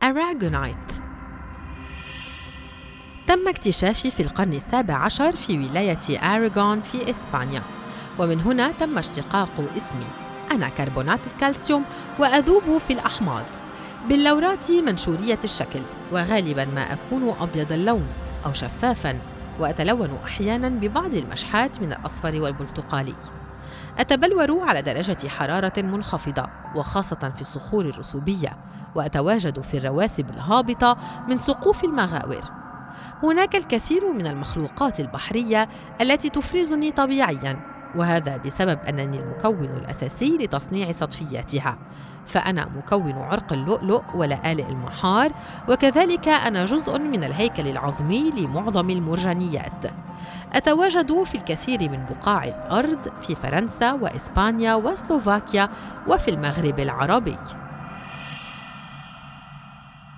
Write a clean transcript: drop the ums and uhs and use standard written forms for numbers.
الأراغونيت. تم اكتشافي في القرن السابع عشر في ولاية أراغون في إسبانيا، ومن هنا تم اشتقاق اسمي. أنا كربونات الكالسيوم وأذوب في الأحماض باللورات منشورية الشكل، وغالباً ما أكون أبيض اللون أو شفافاً، وأتلون أحياناً ببعض المشحات من الأصفر والبرتقالي. أتبلور على درجة حرارة منخفضة وخاصة في الصخور الرسوبية، وأتواجد في الرواسب الهابطة من سقوف المغاور. هناك الكثير من المخلوقات البحرية التي تفرزني طبيعياً، وهذا بسبب أنني المكون الأساسي لتصنيع صدفياتها، فأنا مكون عرق اللؤلؤ ولآلئ المحار، وكذلك أنا جزء من الهيكل العظمي لمعظم المرجانيات. أتواجد في الكثير من بقاع الأرض في فرنسا وإسبانيا وسلوفاكيا وفي المغرب العربي.